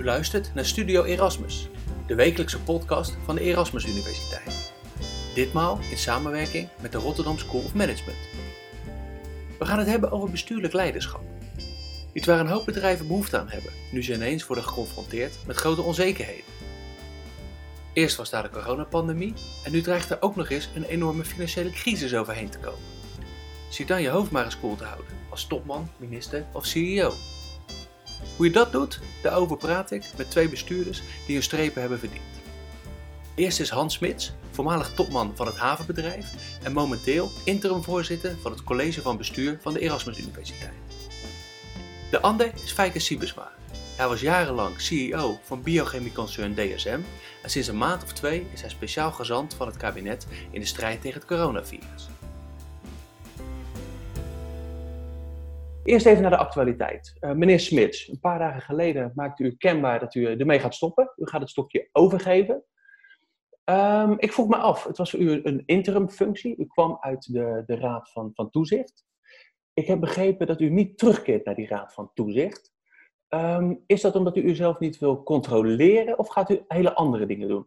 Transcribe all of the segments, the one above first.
U luistert naar Studio Erasmus, de wekelijkse podcast van de Erasmus Universiteit. Ditmaal in samenwerking met de Rotterdam School of Management. We gaan het hebben over bestuurlijk leiderschap. Iets waar een hoop bedrijven behoefte aan hebben, nu ze ineens worden geconfronteerd met grote onzekerheden. Eerst was daar de coronapandemie en nu dreigt er ook nog eens een enorme financiële crisis overheen te komen. Zie dan je hoofd maar eens koel te houden, als topman, minister of CEO. Hoe je dat doet, daarover praat ik met twee bestuurders die hun strepen hebben verdiend. Eerst is Hans Smits, voormalig topman van het havenbedrijf en momenteel interim-voorzitter van het college van bestuur van de Erasmus Universiteit. De ander is Feike Siebesma. Hij was jarenlang CEO van biochemieconcern DSM en sinds een maand of 2 is hij speciaal gezant van het kabinet in de strijd tegen het coronavirus. Eerst even naar de actualiteit. Meneer Smits, een paar dagen geleden maakte u kenbaar dat u ermee gaat stoppen. U gaat het stokje overgeven. Ik vroeg me af, het was voor u een interim functie. U kwam uit de Raad van Toezicht. Ik heb begrepen dat u niet terugkeert naar die Raad van Toezicht. Is dat omdat u uzelf niet wil controleren of gaat u hele andere dingen doen?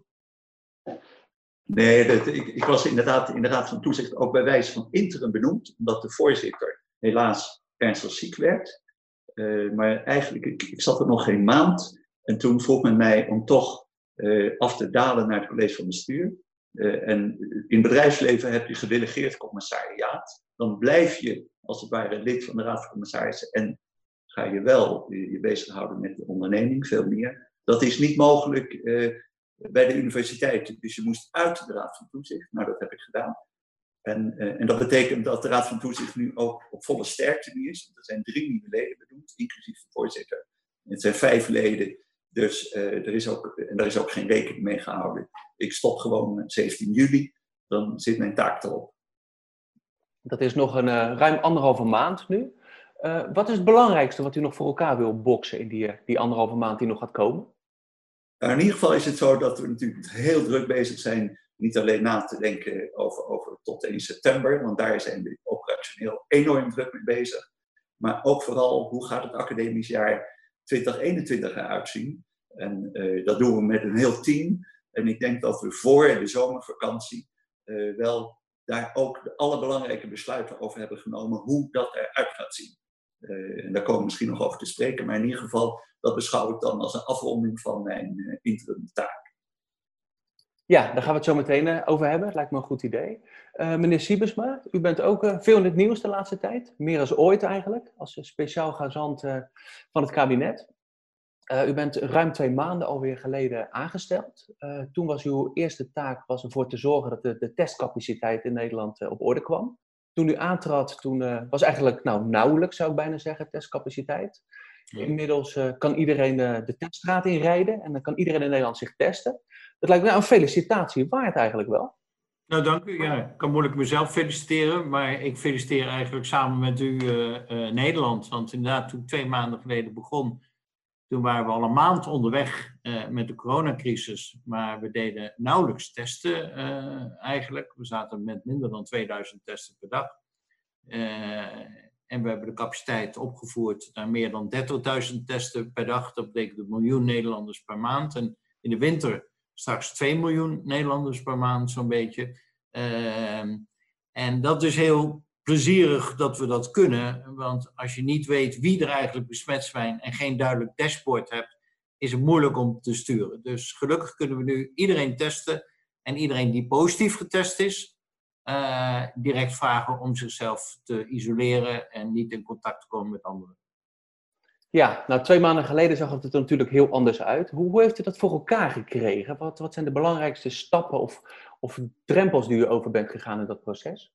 Nee, ik was inderdaad in de Raad van Toezicht ook bij wijze van interim benoemd, omdat de voorzitter helaas ernstig ziek werd. Maar eigenlijk, ik zat er nog geen maand en toen vroeg men mij om toch af te dalen naar het college van bestuur. En in het bedrijfsleven heb je gedelegeerd commissariaat. Dan blijf je als het ware lid van de Raad van Commissarissen en ga je wel je bezighouden met de onderneming, veel meer. Dat is niet mogelijk bij de universiteit. Dus je moest uit de Raad van Toezicht. Nou, dat heb ik gedaan. En dat betekent dat de Raad van Toezicht nu ook op volle sterkte nu is. Er zijn 3 nieuwe leden benoemd, inclusief de voorzitter. Het zijn 5 leden, dus er is ook geen rekening mee gehouden. Ik stop gewoon 17 juli, dan zit mijn taak erop. Dat is nog een ruim 1,5 maand nu. Wat is het belangrijkste wat u nog voor elkaar wil boksen in die 1,5 maand die nog gaat komen? Nou, in ieder geval is het zo dat we natuurlijk heel druk bezig zijn. Niet alleen na te denken over tot 1 september, want daar zijn we operationeel enorm druk mee bezig. Maar ook vooral, hoe gaat het academisch jaar 2021 eruit zien? En dat doen we met een heel team. En ik denk dat we voor de zomervakantie wel daar ook de allerbelangrijke besluiten over hebben genomen hoe dat eruit gaat zien. En daar komen we misschien nog over te spreken, maar in ieder geval, dat beschouw ik dan als een afronding van mijn interim taak. Ja, daar gaan we het zo meteen over hebben. Lijkt me een goed idee. Meneer Siebesma, u bent ook veel in het nieuws de laatste tijd. Meer dan ooit eigenlijk, als speciaal gezant van het kabinet. U bent ruim 2 maanden alweer geleden aangesteld. Toen was uw eerste taak ervoor te zorgen dat de testcapaciteit in Nederland op orde kwam. Toen u aantrad, toen was eigenlijk nauwelijks, zou ik bijna zeggen, testcapaciteit. Inmiddels kan iedereen de teststraat inrijden en dan kan iedereen in Nederland zich testen. Dat lijkt me een felicitatie waard eigenlijk wel. Nou, dank u. Ja, ik kan moeilijk mezelf feliciteren, maar ik feliciteer eigenlijk samen met u Nederland. Want inderdaad, toen ik 2 maanden geleden begon, toen waren we al een maand onderweg met de coronacrisis. Maar we deden nauwelijks testen eigenlijk. We zaten met minder dan 2000 testen per dag. En we hebben de capaciteit opgevoerd naar meer dan 30.000 testen per dag. Dat betekent 1 miljoen Nederlanders per maand. En in de winter straks 2 miljoen Nederlanders per maand, zo'n beetje. En dat is heel plezierig dat we dat kunnen. Want als je niet weet wie er eigenlijk besmet zijn en geen duidelijk dashboard hebt, is het moeilijk om te sturen. Dus gelukkig kunnen we nu iedereen testen. En iedereen die positief getest is, direct vragen om zichzelf te isoleren en niet in contact te komen met anderen. Ja, 2 maanden geleden zag het er natuurlijk heel anders uit. Hoe heeft u dat voor elkaar gekregen? Wat zijn de belangrijkste stappen of drempels die u over bent gegaan in dat proces?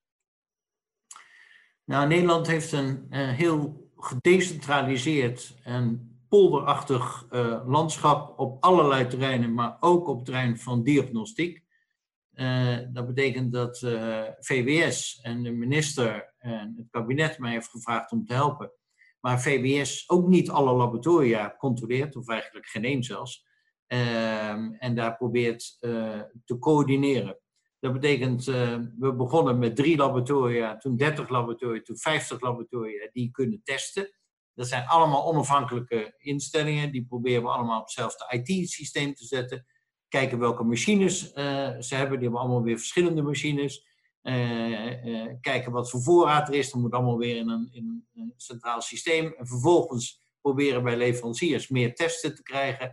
Nou, Nederland heeft een heel gedecentraliseerd en polderachtig landschap op allerlei terreinen, maar ook op het terrein van diagnostiek. Dat betekent dat VWS en de minister en het kabinet mij heeft gevraagd om te helpen. Maar VWS ook niet alle laboratoria controleert, of eigenlijk geen één zelfs. En daar probeert te coördineren. Dat betekent, we begonnen met 3 laboratoria, toen 30 laboratoria, toen 50 laboratoria die kunnen testen. Dat zijn allemaal onafhankelijke instellingen. Die proberen we allemaal op hetzelfde IT-systeem te zetten. Kijken welke machines ze hebben. Die hebben allemaal weer verschillende machines. Kijken wat voor voorraad er is. Dat moet allemaal weer in een centraal systeem. En vervolgens proberen bij leveranciers meer testen te krijgen.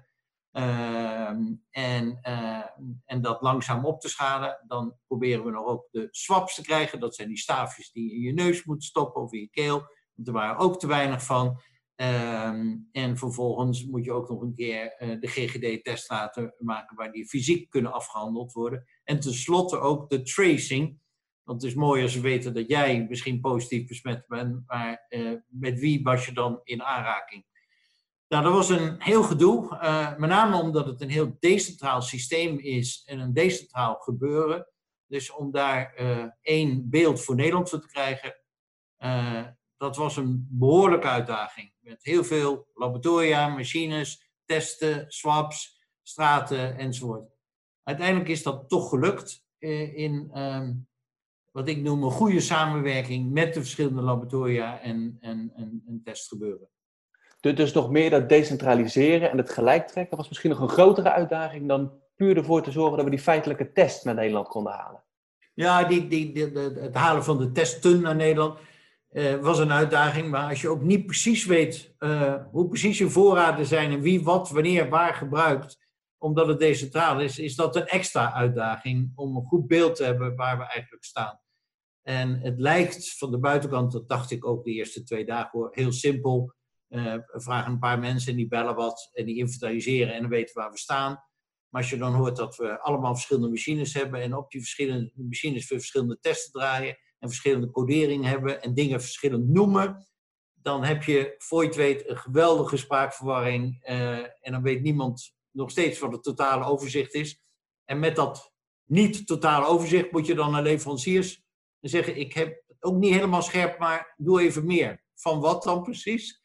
En dat langzaam op te schalen. Dan proberen we nog ook de swabs te krijgen. Dat zijn die staafjes die je in je neus moet stoppen of in je keel. Want er waren ook te weinig van. En vervolgens moet je ook nog een keer de GGD-test laten maken waar die fysiek kunnen afgehandeld worden. En tenslotte ook de tracing. Want het is mooi als we weten dat jij misschien positief besmet bent, maar met wie was je dan in aanraking? Nou, dat was een heel gedoe, met name omdat het een heel decentraal systeem is en een decentraal gebeuren. Dus om daar één beeld voor Nederland voor te krijgen, dat was een behoorlijke uitdaging. Met heel veel laboratoria, machines, testen, swabs, straten enzovoort. Uiteindelijk is dat toch gelukt in wat ik noem een goede samenwerking met de verschillende laboratoria en testgebeuren. Dus nog meer dat decentraliseren en het gelijk trekken was misschien nog een grotere uitdaging dan puur ervoor te zorgen dat we die feitelijke test naar Nederland konden halen. Ja, het halen van de testen naar Nederland was een uitdaging. Maar als je ook niet precies weet hoe precies je voorraden zijn en wie wat, wanneer, waar gebruikt, omdat het decentraal is, is dat een extra uitdaging om een goed beeld te hebben waar we eigenlijk staan. En het lijkt van de buitenkant, dat dacht ik ook de eerste 2 dagen hoor, heel simpel. Vragen een paar mensen en die bellen wat en die inventariseren en dan weten waar we staan. Maar als je dan hoort dat we allemaal verschillende machines hebben en op die verschillende machines weer verschillende testen draaien en verschillende coderingen hebben en dingen verschillend noemen, dan heb je, voor je het weet, een geweldige spraakverwarring en dan weet niemand nog steeds wat het totale overzicht is. En met dat niet totale overzicht moet je dan naar leveranciers en zeggen, ik heb het ook niet helemaal scherp, maar doe even meer. Van wat dan precies?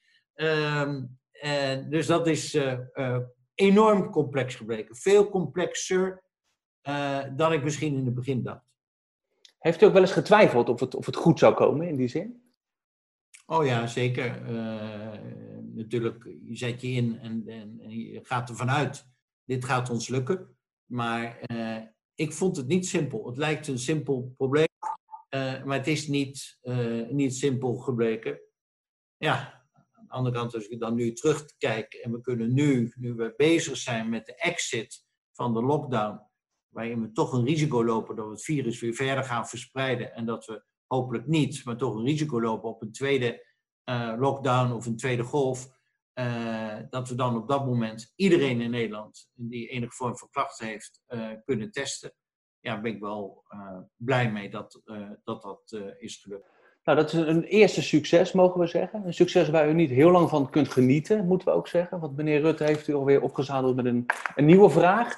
Dus dat is enorm complex gebleken. Veel complexer dan ik misschien in het begin dacht. Heeft u ook wel eens getwijfeld of het goed zou komen in die zin? Oh ja, zeker. Natuurlijk, je zet je in en je gaat ervan uit, dit gaat ons lukken. Maar ik vond het niet simpel. Het lijkt een simpel probleem, maar het is niet simpel gebleken. Ja. Aan de andere kant, als ik dan nu terugkijk en we kunnen nu we bezig zijn met de exit van de lockdown, waarin we toch een risico lopen dat we het virus weer verder gaan verspreiden en dat we hopelijk niet, maar toch een risico lopen op een tweede lockdown of een tweede golf, dat we dan op dat moment iedereen in Nederland die enige vorm van klachten heeft kunnen testen. Ja, ben ik wel blij mee dat is gelukt. Nou, dat is een eerste succes, mogen we zeggen. Een succes waar u niet heel lang van kunt genieten, moeten we ook zeggen. Want meneer Rutte heeft u alweer opgezadeld met een nieuwe vraag.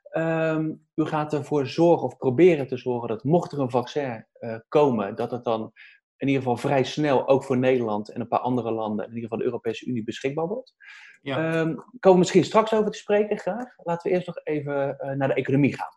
U gaat ervoor zorgen, of proberen te zorgen, dat mocht er een vaccin komen, dat het dan in ieder geval vrij snel ook voor Nederland en een paar andere landen, in ieder geval de Europese Unie, beschikbaar wordt. Ja. Komen we misschien straks over te spreken, graag. Laten we eerst nog even naar de economie gaan.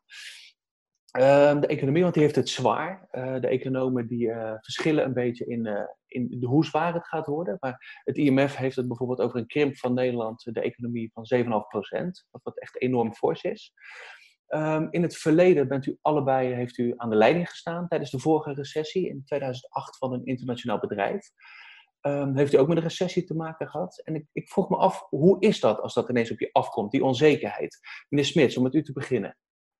De economie, want die heeft het zwaar. De economen die verschillen een beetje in hoe zwaar het gaat worden. Maar het IMF heeft het bijvoorbeeld over een krimp van Nederland, de economie van 7,5%. Wat echt enorm fors is. In het verleden heeft u aan de leiding gestaan tijdens de vorige recessie in 2008 van een internationaal bedrijf. Heeft u ook met een recessie te maken gehad? En ik vroeg me af, hoe is dat als dat ineens op je afkomt, die onzekerheid? Meneer Smits, om met u te beginnen.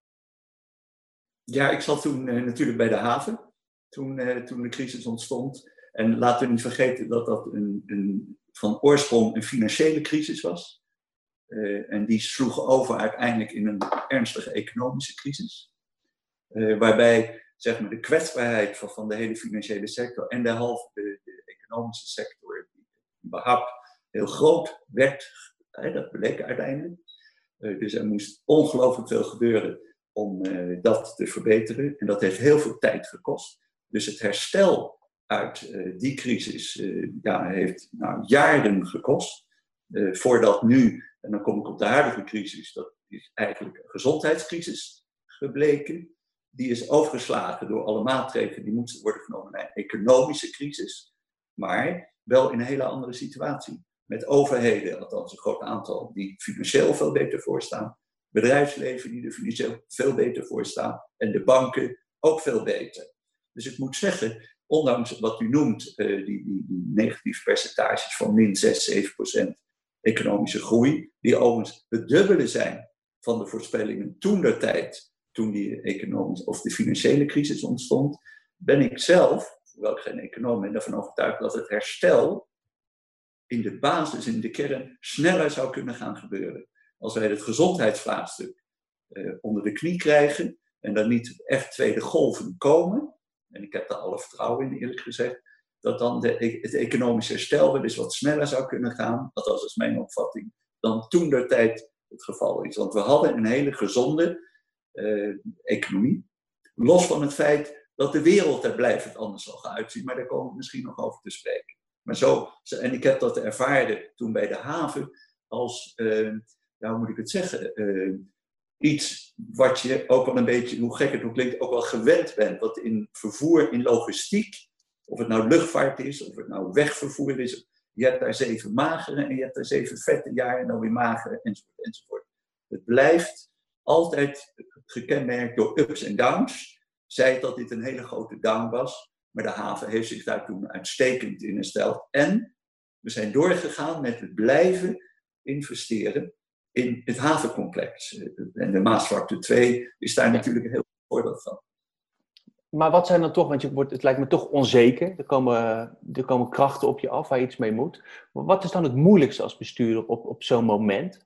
Ja, ik zat toen natuurlijk bij de haven, toen de crisis ontstond. En laten we niet vergeten dat dat van oorsprong een financiële crisis was. En die sloeg over uiteindelijk in een ernstige economische crisis. Waarbij zeg maar, de kwetsbaarheid van de hele financiële sector en derhalve de economische sector überhaupt heel groot werd. Dat bleek uiteindelijk. Dus er moest ongelooflijk veel gebeuren om dat te verbeteren. En dat heeft heel veel tijd gekost. Dus het herstel uit die crisis heeft jaren gekost. Voordat nu, en dan kom ik op de huidige crisis, dat is eigenlijk een gezondheidscrisis gebleken. Die is overgeslagen door alle maatregelen die moesten worden genomen naar een economische crisis. Maar wel in een hele andere situatie. Met overheden, althans een groot aantal, die financieel veel beter voorstaan. Bedrijfsleven die er financieel veel beter voor staan. En de banken ook veel beter. Dus ik moet zeggen, ondanks wat u noemt, die negatieve percentages van min 6-7% economische groei, die overigens het dubbele zijn van de voorspellingen toentertijd, toen die economische of de financiële crisis ontstond, ben ik zelf, hoewel ik geen econoom ben, ervan overtuigd dat het herstel in de basis, in de kern, sneller zou kunnen gaan gebeuren. Als wij het gezondheidsvraagstuk onder de knie krijgen en er niet echt tweede golven komen, en ik heb daar alle vertrouwen in eerlijk gezegd, dat dan het economisch herstel wel eens wat sneller zou kunnen gaan, dat is mijn opvatting, dan toentertijd het geval is. Want we hadden een hele gezonde economie, los van het feit dat de wereld er blijvend anders zal gaan uitzien, maar daar komen we misschien nog over te spreken. Maar en ik heb dat ervaren toen bij de haven als, hoe moet ik het zeggen, iets wat je ook wel een beetje, hoe gek het ook klinkt, ook wel gewend bent. Wat in vervoer, in logistiek, of het nou luchtvaart is, of het nou wegvervoer is, je hebt daar 7 magere en je hebt daar 7 vette jaar en dan weer magere, enzovoort, enzovoort. Het blijft altijd gekenmerkt door ups en downs. Zei dat dit een hele grote down was, maar de haven heeft zich daar toen uitstekend in hersteld. En we zijn doorgegaan met het blijven investeren in het havencomplex. En de Maasvlakte 2 is daar natuurlijk een heel goed voorbeeld van. Maar wat zijn dan toch, want het lijkt me toch onzeker. Er komen krachten op je af waar je iets mee moet. Maar wat is dan het moeilijkste als bestuurder op zo'n moment?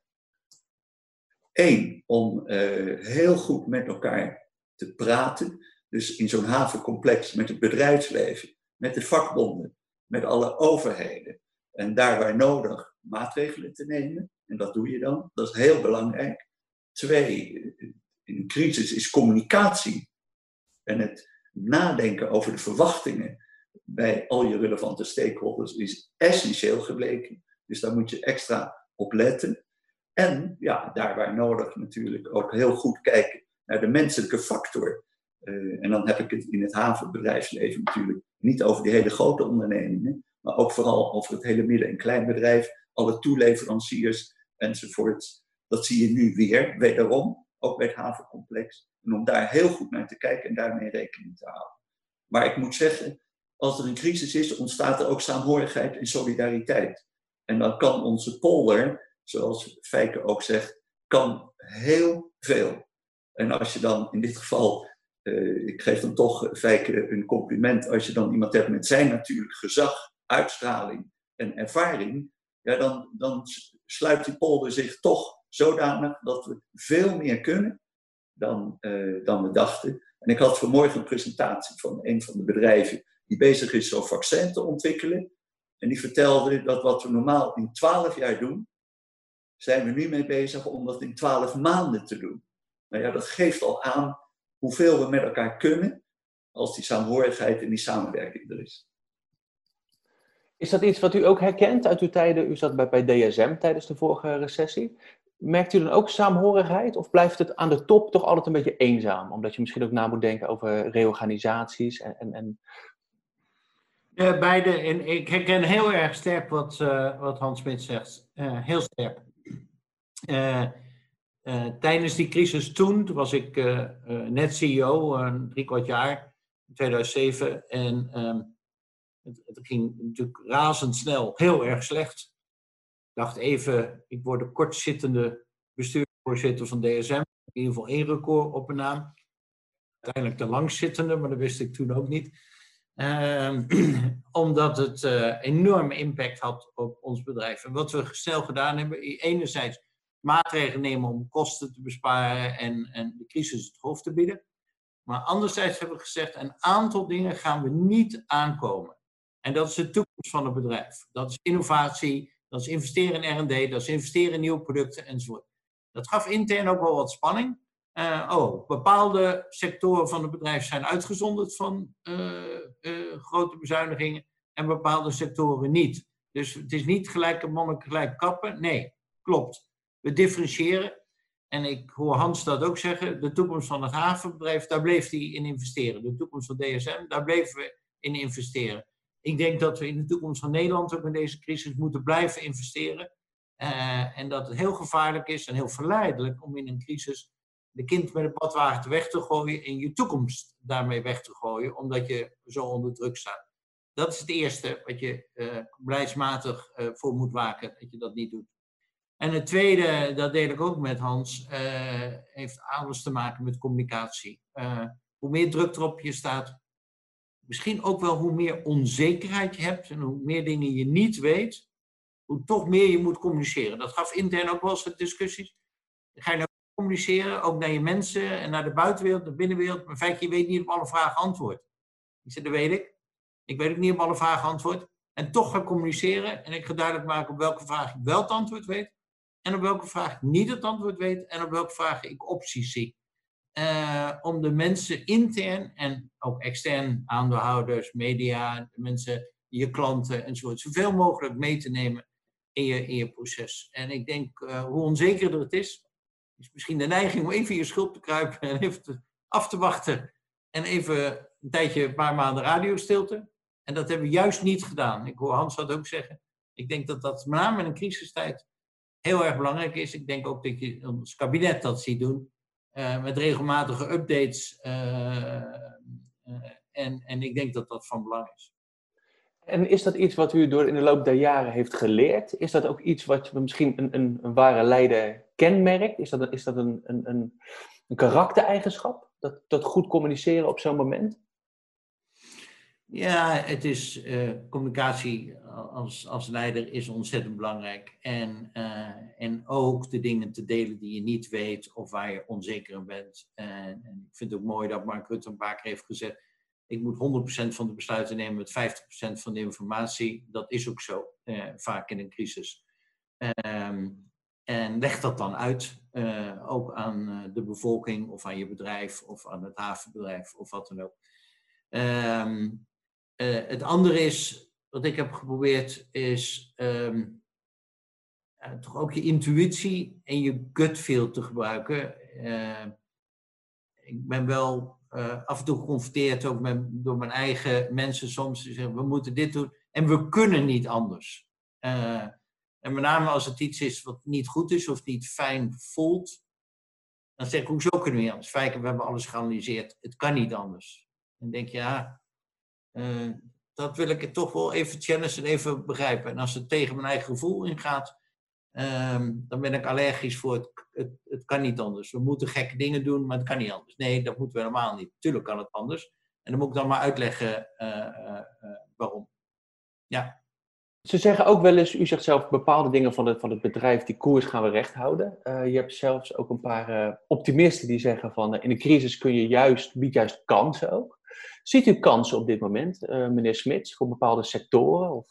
1, om heel goed met elkaar te praten. Dus in zo'n havencomplex met het bedrijfsleven, met de vakbonden, met alle overheden. En daar waar nodig maatregelen te nemen. En dat doe je dan. Dat is heel belangrijk. 2, in een crisis is communicatie. En het nadenken over de verwachtingen bij al je relevante stakeholders is essentieel gebleken. Dus daar moet je extra op letten. En ja, daar waar nodig natuurlijk ook heel goed kijken naar de menselijke factor. En dan heb ik het in het havenbedrijfsleven natuurlijk niet over die hele grote ondernemingen, maar ook vooral over het hele midden- en kleinbedrijf, alle toeleveranciers enzovoort. Dat zie je nu weer, wederom, ook bij het havencomplex. En om daar heel goed naar te kijken en daarmee rekening te houden. Maar ik moet zeggen, als er een crisis is, ontstaat er ook saamhorigheid en solidariteit. En dan kan onze polder, zoals Feike ook zegt, kan heel veel. En als je dan in dit geval, ik geef dan toch Feike een compliment, als je dan iemand hebt met zijn natuurlijk gezag, uitstraling en ervaring, ja, dan sluit die polder zich toch zodanig dat we veel meer kunnen dan we dachten. En ik had vanmorgen een presentatie van een van de bedrijven die bezig is zo'n vaccin te ontwikkelen. En die vertelde dat wat we normaal in 12 jaar doen, zijn we nu mee bezig om dat in 12 maanden te doen. Nou ja, dat geeft al aan hoeveel we met elkaar kunnen als die saamhorigheid en die samenwerking er is. Is dat iets wat u ook herkent uit uw tijden? U zat bij DSM tijdens de vorige recessie. Merkt u dan ook saamhorigheid? Of blijft het aan de top toch altijd een beetje eenzaam? Omdat je misschien ook na moet denken over reorganisaties en... Ja, beide. En ik herken heel erg sterk wat Hans Smit zegt. Heel sterk. Tijdens die crisis toen was ik net CEO, 3/4 jaar, in 2007. En het ging natuurlijk razendsnel, heel erg slecht. Ik dacht even, ik word de kortzittende bestuursvoorzitter van DSM. In ieder geval 1 record op mijn naam. Uiteindelijk de langzittende, maar dat wist ik toen ook niet. Omdat het enorme impact had op ons bedrijf. En wat we snel gedaan hebben, enerzijds maatregelen nemen om kosten te besparen en de crisis het hoofd te bieden. Maar anderzijds hebben we gezegd, een aantal dingen gaan we niet aankomen. En dat is de toekomst van het bedrijf. Dat is innovatie, dat is investeren in R&D, dat is investeren in nieuwe producten enzovoort. Dat gaf intern ook wel wat spanning. Bepaalde sectoren van het bedrijf zijn uitgezonderd van grote bezuinigingen en bepaalde sectoren niet. Dus het is niet gelijke monnik gelijk kappen. Nee, klopt. We differentiëren. En ik hoor Hans dat ook zeggen. De toekomst van het havenbedrijf, daar bleef hij in investeren. De toekomst van DSM, daar bleven we in investeren. Ik denk dat we in de toekomst van Nederland ook in deze crisis moeten blijven investeren. En dat het heel gevaarlijk is en heel verleidelijk om in een crisis de kind met het badwater weg te gooien en je toekomst daarmee weg te gooien, omdat je zo onder druk staat. Dat is het eerste wat je beleidsmatig voor moet waken, dat je dat niet doet. En het tweede, dat deel ik ook met Hans, heeft alles te maken met communicatie. Hoe meer druk er op je staat, misschien ook wel hoe meer onzekerheid je hebt en hoe meer dingen je niet weet, hoe toch meer je moet communiceren. Dat gaf intern ook wel eens discussies. Ga je nou communiceren, ook naar je mensen en naar de buitenwereld, de binnenwereld, maar in feite, je weet niet op alle vragen antwoord. Ik zei, dat weet ik. Ik weet ook niet op alle vragen antwoord. En toch ga communiceren en ik ga duidelijk maken op welke vraag ik wel het antwoord weet en op welke vraag ik niet het antwoord weet en op welke vraag ik opties zie. Om de mensen intern en ook extern, aandeelhouders, media, de mensen, je klanten enzovoort, zoveel mogelijk mee te nemen in je proces. En ik denk, hoe onzekerder het is misschien de neiging om even in je schulp te kruipen en even af te wachten en even een tijdje, een paar maanden radiostilte. En dat hebben we juist niet gedaan. Ik hoor Hans dat ook zeggen. Ik denk dat dat met name in een crisistijd heel erg belangrijk is. Ik denk ook dat je ons kabinet dat ziet doen. Met regelmatige updates. En ik denk dat dat van belang is. En is dat iets wat u in de loop der jaren heeft geleerd? Is dat ook iets wat misschien een ware leider kenmerkt? Is dat een karaktereigenschap? Dat goed communiceren op zo'n moment? Ja, het is communicatie als leider is ontzettend belangrijk. En ook de dingen te delen die je niet weet of waar je onzeker in bent. En ik vind het ook mooi dat Mark Rutte een paar keer heeft gezegd, ik moet 100% van de besluiten nemen met 50% van de informatie. Dat is ook zo, vaak in een crisis. En leg dat dan uit, ook aan de bevolking of aan je bedrijf of aan het havenbedrijf of wat dan ook. Het andere is, wat ik heb geprobeerd, is toch ook je intuïtie en je gut feel te gebruiken. Ik ben wel af en toe geconfronteerd ook door mijn eigen mensen soms. Die zeggen, we moeten dit doen en we kunnen niet anders. En met name als het iets is wat niet goed is of niet fijn voelt, dan zeg ik, hoezo kunnen we niet anders? Fijke, we hebben alles geanalyseerd, het kan niet anders. En denk je, ja, dat wil ik toch wel even challengen en even begrijpen. En als het tegen mijn eigen gevoel ingaat, dan ben ik allergisch voor het kan niet anders. We moeten gekke dingen doen, maar het kan niet anders. Nee, dat moeten we helemaal niet. Tuurlijk kan het anders. En dan moet ik dan maar uitleggen waarom. Ja. Ze zeggen ook wel eens, u zegt zelf, bepaalde dingen van het bedrijf, die koers gaan we recht houden. Je hebt zelfs ook een paar optimisten die zeggen van, in een crisis biedt juist kansen ook. Ziet u kansen op dit moment, meneer Smits, voor bepaalde sectoren? Of?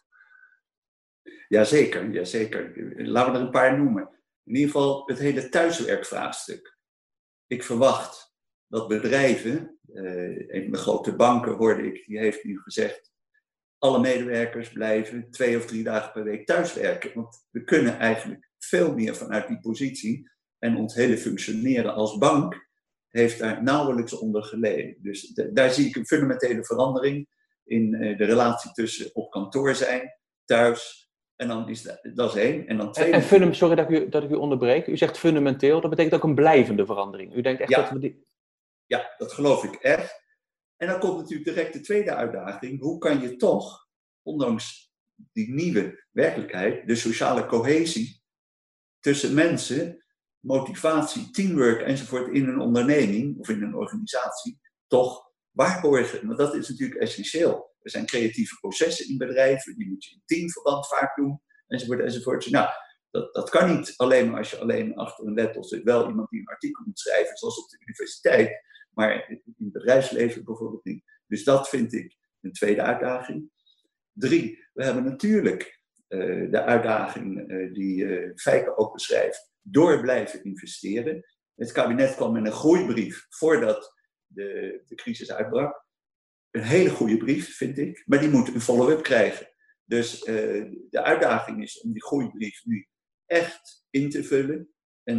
Jazeker. Laten we er een paar noemen. In ieder geval het hele thuiswerkvraagstuk. Ik verwacht dat bedrijven, een van de grote banken hoorde ik, die heeft nu gezegd, alle medewerkers blijven 2 of 3 dagen per week thuiswerken. Want we kunnen eigenlijk veel meer vanuit die positie. En ons hele functioneren als bank heeft daar nauwelijks onder geleden. Dus daar zie ik een fundamentele verandering in de relatie tussen op kantoor zijn, thuis. En dan is dat is 1. En dan 2. Sorry dat ik u onderbreek. U zegt fundamenteel, dat betekent ook een blijvende verandering. U denkt echt dat we die... Ja, dat geloof ik echt. En dan komt natuurlijk direct de tweede uitdaging. Hoe kan je toch, ondanks die nieuwe werkelijkheid, de sociale cohesie tussen mensen, motivatie, teamwork enzovoort in een onderneming of in een organisatie, toch waarborgen? Want dat is natuurlijk essentieel. Er zijn creatieve processen in bedrijven, die moet je in teamverband vaak doen, enzovoort. Nou, dat kan niet alleen maar als je alleen achter een laptop zit. Wel iemand die een artikel moet schrijven, zoals op de universiteit, maar in het bedrijfsleven bijvoorbeeld niet. Dus dat vind ik een tweede uitdaging. 3, we hebben natuurlijk de uitdaging die Fijke ook beschrijft, door blijven investeren. Het kabinet kwam met een groeibrief voordat de crisis uitbrak. Een hele goede brief, vind ik, maar die moet een follow-up krijgen. Dus de uitdaging is om die groeibrief nu echt in te vullen en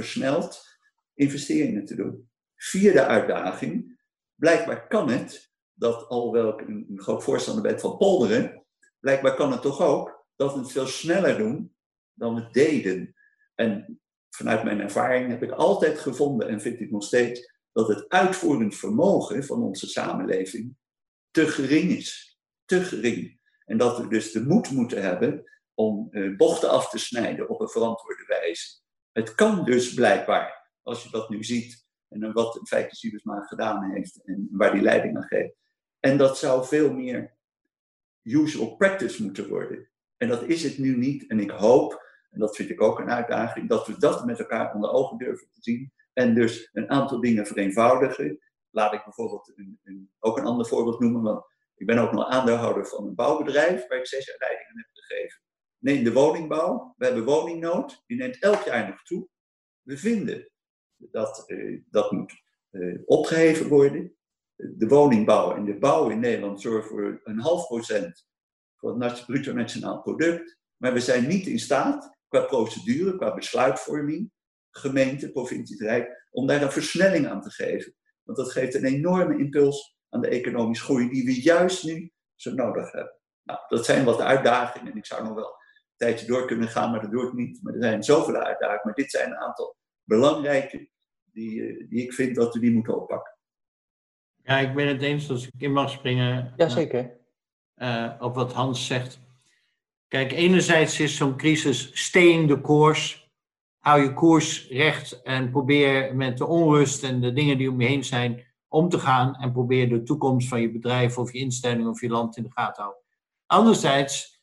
versneld investeringen te doen. 4e uitdaging, blijkbaar kan het dat alhoewel ik een groot voorstander ben van polderen, blijkbaar kan het toch ook dat we het veel sneller doen dan we deden. En vanuit mijn ervaring heb ik altijd gevonden, en vind ik nog steeds, dat het uitvoerend vermogen van onze samenleving te gering is. Te gering. En dat we dus de moed moeten hebben om bochten af te snijden op een verantwoorde wijze. Het kan dus blijkbaar, als je dat nu ziet, en wat in feite Siebesma gedaan heeft en waar die leiding aan geeft. En dat zou veel meer usual practice moeten worden. En dat is het nu niet. En ik hoop, en dat vind ik ook een uitdaging, dat we dat met elkaar onder ogen durven te zien. En dus een aantal dingen vereenvoudigen. Laat ik bijvoorbeeld ook een ander voorbeeld noemen, want ik ben ook nog aandeelhouder van een bouwbedrijf waar ik 6 jaar leidingen heb gegeven. Neem de woningbouw. We hebben woningnood. Die neemt elk jaar nog toe. We vinden dat dat moet opgeheven worden. De woningbouw en de bouw in Nederland zorgen voor 0,5% van het bruto nationaal product. Maar we zijn niet in staat, qua procedure, qua besluitvorming, gemeente, provincie, rijk, om daar een versnelling aan te geven. Want dat geeft een enorme impuls aan de economische groei die we juist nu zo nodig hebben. Nou, dat zijn wat uitdagingen en ik zou nog wel een tijdje door kunnen gaan, maar dat doe ik niet. Maar er zijn zoveel uitdagingen, maar dit zijn een aantal belangrijke die ik vind dat we die moeten oppakken. Ja, ik ben het eens als ik in mag springen. Jazeker. Op wat Hans zegt. Kijk, enerzijds is zo'n crisis staying the course. Hou je koers recht en probeer met de onrust en de dingen die om je heen zijn om te gaan. En probeer de toekomst van je bedrijf of je instelling of je land in de gaten te houden. Anderzijds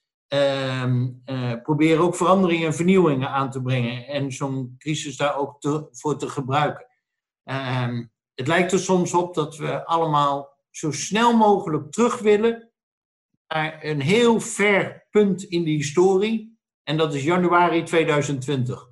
probeer ook veranderingen en vernieuwingen aan te brengen. En zo'n crisis daar ook voor te gebruiken. Het lijkt er soms op dat we allemaal zo snel mogelijk terug willen naar een heel ver punt in de historie. En dat is januari 2020.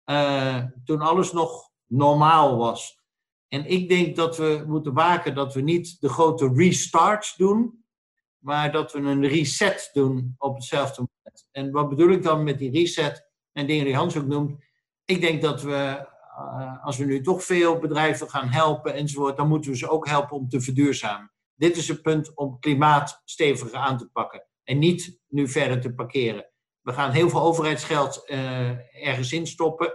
Toen alles nog normaal was. En ik denk dat we moeten waken dat we niet de grote restarts doen, maar dat we een reset doen op hetzelfde moment. En wat bedoel ik dan met die reset en dingen die Hans ook noemt? Ik denk dat we, als we nu toch veel bedrijven gaan helpen enzovoort, dan moeten we ze ook helpen om te verduurzamen. Dit is het punt om klimaat steviger aan te pakken en niet nu verder te parkeren. We gaan heel veel overheidsgeld ergens instoppen,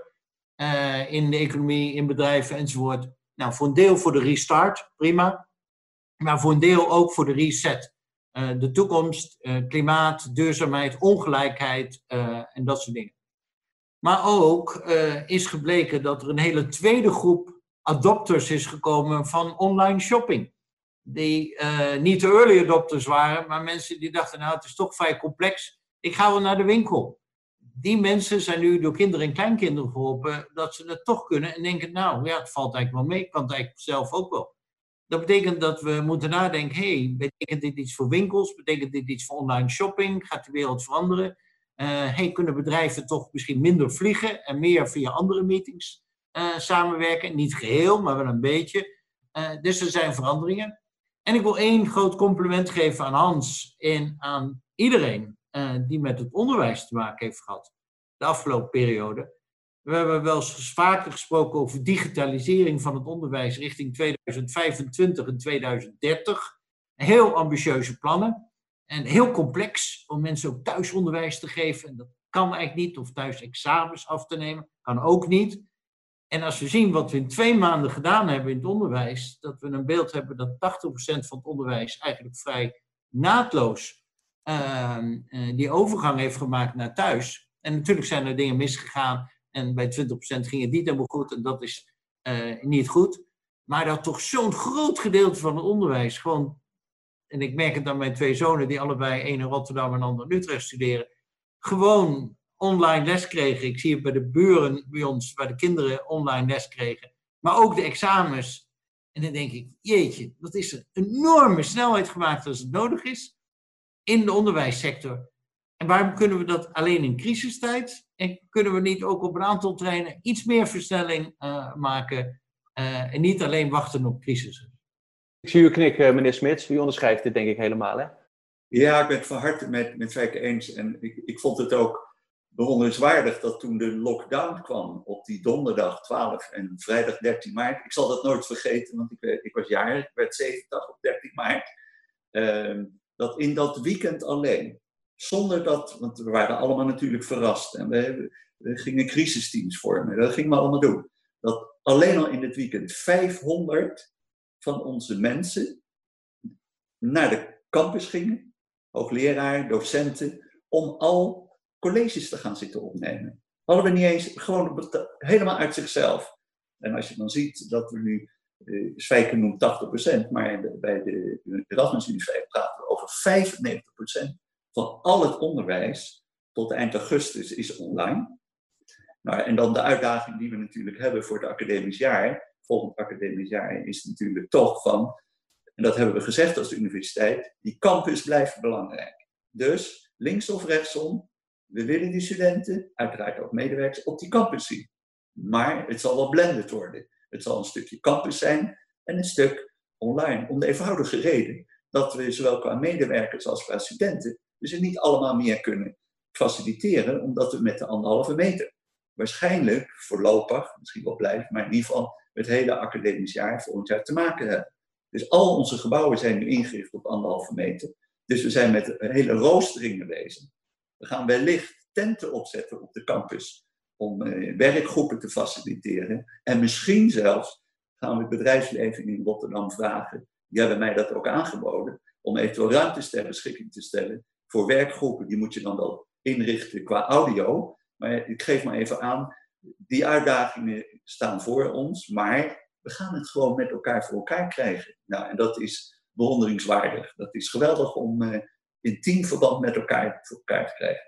in de economie, in bedrijven enzovoort. Nou, voor een deel voor de restart, prima. Maar voor een deel ook voor de reset. De toekomst, klimaat, duurzaamheid, ongelijkheid en dat soort dingen. Maar ook is gebleken dat er een hele tweede groep adopters is gekomen van online shopping. Die niet de early adopters waren, maar mensen die dachten, nou het is toch vrij complex. Ik ga wel naar de winkel. Die mensen zijn nu door kinderen en kleinkinderen geholpen dat ze het toch kunnen en denken, nou ja, het valt eigenlijk wel mee, ik kan het eigenlijk zelf ook wel. Dat betekent dat we moeten nadenken, betekent dit iets voor winkels? Betekent dit iets voor online shopping? Gaat de wereld veranderen? Kunnen bedrijven toch misschien minder vliegen en meer via andere meetings samenwerken? Niet geheel, maar wel een beetje. Dus er zijn veranderingen. En ik wil 1 groot compliment geven aan Hans en aan iedereen die met het onderwijs te maken heeft gehad de afgelopen periode. We hebben wel eens vaker gesproken over digitalisering van het onderwijs richting 2025 en 2030. Heel ambitieuze plannen en heel complex om mensen ook thuisonderwijs te geven. En dat kan eigenlijk niet, of thuis examens af te nemen, kan ook niet. En als we zien wat we in 2 maanden gedaan hebben in het onderwijs, dat we een beeld hebben dat 80% van het onderwijs eigenlijk vrij naadloos die overgang heeft gemaakt naar thuis. En natuurlijk zijn er dingen misgegaan en bij 20% ging het niet helemaal goed en dat is niet goed. Maar dat toch zo'n groot gedeelte van het onderwijs gewoon, en ik merk het aan mijn 2 zonen die allebei, 1 in Rotterdam en 1 ander in Utrecht studeren, gewoon online les kregen. Ik zie het bij de buren bij ons, waar de kinderen online les kregen. Maar ook de examens. En dan denk ik, jeetje, wat is er enorme snelheid gemaakt als het nodig is in de onderwijssector. En waarom kunnen we dat alleen in crisistijd? En kunnen we niet ook op een aantal terreinen iets meer versnelling maken en niet alleen wachten op crisissen? Ik zie u knikken, meneer Smits. U onderschrijft dit denk ik helemaal, hè? Ja, ik ben het van harte met Fijke eens. En ik vond het ook bewonderenswaardig dat toen de lockdown kwam op die donderdag 12 en vrijdag 13 maart. Ik zal dat nooit vergeten, want ik was jarig. Ik werd 70 op 13 maart. dat in dat weekend alleen, zonder dat, want we waren allemaal natuurlijk verrast en we gingen crisisteams vormen, dat gingen we allemaal doen. Dat alleen al in het weekend 500 van onze mensen naar de campus gingen, hoogleraar, docenten, om al colleges te gaan zitten opnemen. Hadden we niet eens, gewoon helemaal uit zichzelf. En als je dan ziet dat we nu, Zwijken noemt 80%, maar bij de Erasmus Universiteit praten we over 95% van al het onderwijs tot eind augustus is online. Nou, en dan de uitdaging die we natuurlijk hebben voor het academisch jaar, volgend academisch jaar, is natuurlijk toch van, en dat hebben we gezegd als de universiteit, die campus blijft belangrijk. Dus links of rechtsom, we willen die studenten, uiteraard ook medewerkers, op die campus zien. Maar het zal wel blended worden. Het zal een stukje campus zijn en een stuk online. Om de eenvoudige reden dat we zowel qua medewerkers als qua studenten dus het niet allemaal meer kunnen faciliteren, omdat we met de 1,5 meter waarschijnlijk voorlopig, misschien wel blijven, maar in ieder geval het hele academisch jaar volgend jaar te maken hebben. Dus al onze gebouwen zijn nu ingericht op 1,5 meter. Dus we zijn met hele roosteringen bezig. We gaan wellicht tenten opzetten op de campus om werkgroepen te faciliteren. En misschien zelfs gaan we het bedrijfsleven in Rotterdam vragen, die hebben mij dat ook aangeboden, om eventueel ruimtes ter beschikking te stellen voor werkgroepen. Die moet je dan wel inrichten qua audio. Maar ik geef maar even aan, die uitdagingen staan voor ons, maar we gaan het gewoon met elkaar voor elkaar krijgen. Nou, en dat is bewonderingswaardig. Dat is geweldig om in teamverband met elkaar voor elkaar te krijgen.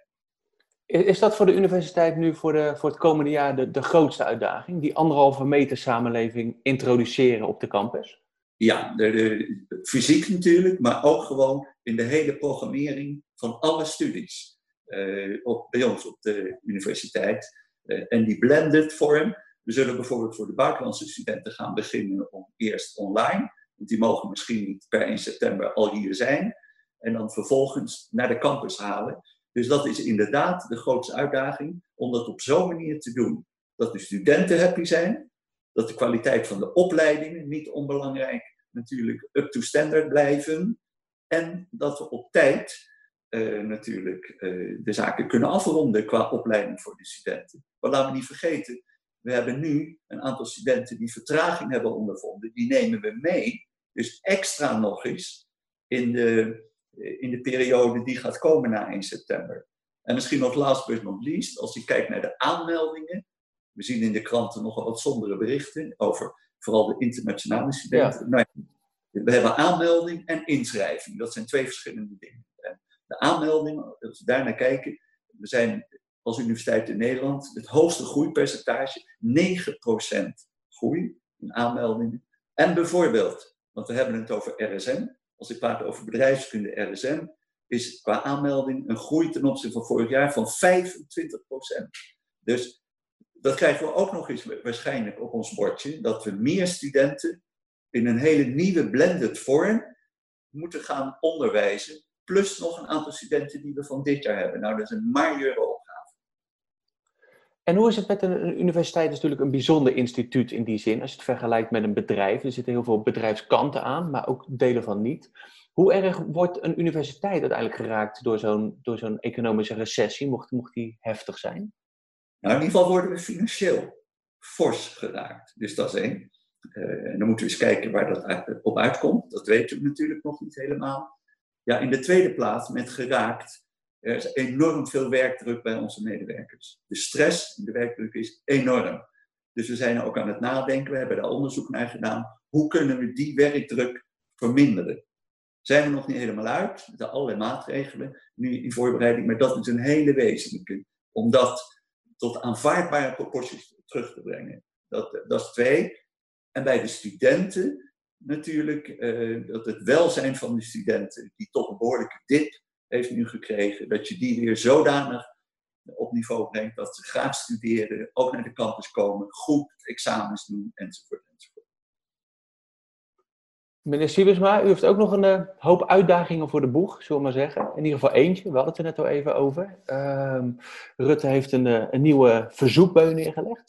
Is dat voor de universiteit nu voor het komende jaar de grootste uitdaging? Die 1,5 meter samenleving introduceren op de campus? Ja, de fysiek natuurlijk, maar ook gewoon in de hele programmering van alle studies. Bij ons op de universiteit. En die blended vorm. We zullen bijvoorbeeld voor de buitenlandse studenten gaan beginnen om eerst online. Want die mogen misschien niet per 1 september al hier zijn. En dan vervolgens naar de campus halen. Dus dat is inderdaad de grootste uitdaging. Om dat op zo'n manier te doen. Dat de studenten happy zijn. Dat de kwaliteit van de opleidingen, niet onbelangrijk, natuurlijk up to standard blijven. En dat we op tijd de zaken kunnen afronden qua opleiding voor de studenten. Maar laten we niet vergeten, we hebben nu een aantal studenten die vertraging hebben ondervonden. Die nemen we mee, dus extra nog eens, in de periode die gaat komen na 1 september. En misschien nog last but not least, als je kijkt naar de aanmeldingen. We zien in de kranten nogal wat sombere berichten over vooral de internationale studenten. Ja. Nou, we hebben aanmelding en inschrijving. Dat zijn 2 verschillende dingen. De aanmelding, als we daar naar kijken, we zijn als Universiteit in Nederland het hoogste groeipercentage, 9% groei in aanmeldingen. En bijvoorbeeld, want we hebben het over RSM, als ik praat over bedrijfskunde RSM, is qua aanmelding een groei ten opzichte van vorig jaar van 25%. Dus dat krijgen we ook nog eens waarschijnlijk op ons bordje, dat we meer studenten in een hele nieuwe blended vorm moeten gaan onderwijzen. Plus nog een aantal studenten die we van dit jaar hebben. Nou, dat is een majeure opgave. En hoe is het met een universiteit? Het is natuurlijk een bijzonder instituut in die zin. Als je het vergelijkt met een bedrijf. Er zitten heel veel bedrijfskanten aan, maar ook delen van niet. Hoe erg wordt een universiteit uiteindelijk geraakt door zo'n economische recessie? Mocht die heftig zijn? Nou, in ieder geval worden we financieel fors geraakt. Dus dat is 1. En dan moeten we eens kijken waar dat op uitkomt. Dat weten we natuurlijk nog niet helemaal. Ja, in de tweede plaats met geraakt, er is enorm veel werkdruk bij onze medewerkers. De stress, de werkdruk is enorm. Dus we zijn ook aan het nadenken, we hebben daar onderzoek naar gedaan. Hoe kunnen we die werkdruk verminderen? Zijn we nog niet helemaal uit, er zijn allerlei maatregelen nu in voorbereiding, maar dat is een hele wezenlijke. Om dat tot aanvaardbare proporties terug te brengen. Dat is 2. En bij de studenten natuurlijk, dat het welzijn van de studenten, die toch een behoorlijke dip heeft nu gekregen, dat je die weer zodanig op niveau brengt dat ze graag studeren, ook naar de campus komen, goed examens doen, enzovoort. Meneer Siebesma, u heeft ook nog een hoop uitdagingen voor de boeg, zullen we maar zeggen. In ieder geval eentje, we hadden het er net al even over. Rutte heeft een nieuwe verzoekbui neergelegd.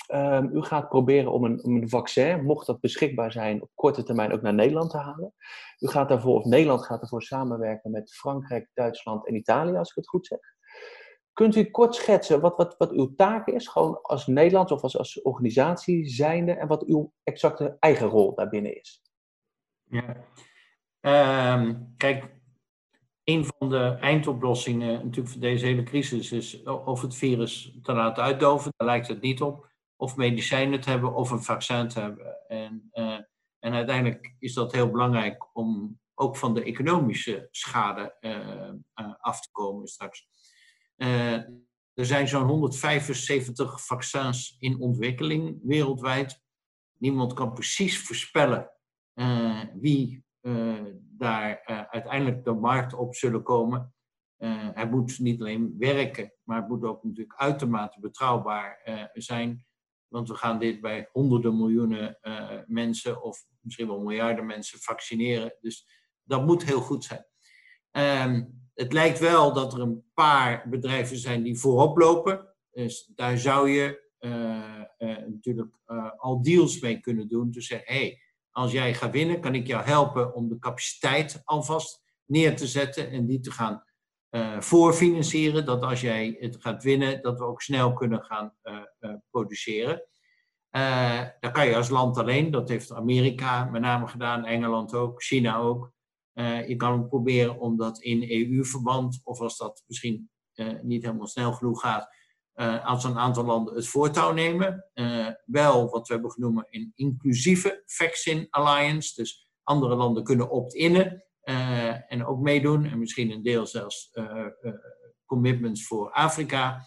U gaat proberen om een vaccin, mocht dat beschikbaar zijn, op korte termijn ook naar Nederland te halen. Nederland gaat ervoor samenwerken met Frankrijk, Duitsland en Italië, als ik het goed zeg. Kunt u kort schetsen wat uw taak is, gewoon als Nederland of als organisatie zijnde, en wat uw exacte eigen rol daarbinnen is? Ja. Kijk, een van de eindoplossingen natuurlijk voor deze hele crisis is of het virus te laten uitdoven, daar lijkt het niet op, of medicijnen te hebben of een vaccin te hebben. En uiteindelijk is dat heel belangrijk om ook van de economische schade af te komen straks. Er zijn zo'n 175 vaccins in ontwikkeling wereldwijd. Niemand kan precies voorspellen wie daar uiteindelijk de markt op zullen komen. Het moet niet alleen werken, maar het moet ook natuurlijk uitermate betrouwbaar zijn. Want we gaan dit bij honderden miljoenen mensen of misschien wel miljarden mensen vaccineren. Dus dat moet heel goed zijn. Het lijkt wel dat er een paar bedrijven zijn die voorop lopen. Dus daar zou je natuurlijk al deals mee kunnen doen. Dus zeggen, hey, als jij gaat winnen, kan ik jou helpen om de capaciteit alvast neer te zetten en die te gaan voorfinancieren. Dat als jij het gaat winnen, dat we ook snel kunnen gaan produceren. Dat kan je als land alleen. Dat heeft Amerika met name gedaan, Engeland ook, China ook. Je kan ook proberen om dat in EU-verband, of als dat misschien niet helemaal snel genoeg gaat, als een aantal landen het voortouw nemen. Wel wat we hebben genoemd een inclusieve Vaccine Alliance. Dus andere landen kunnen opt-innen en ook meedoen. En misschien een deel zelfs commitments voor Afrika.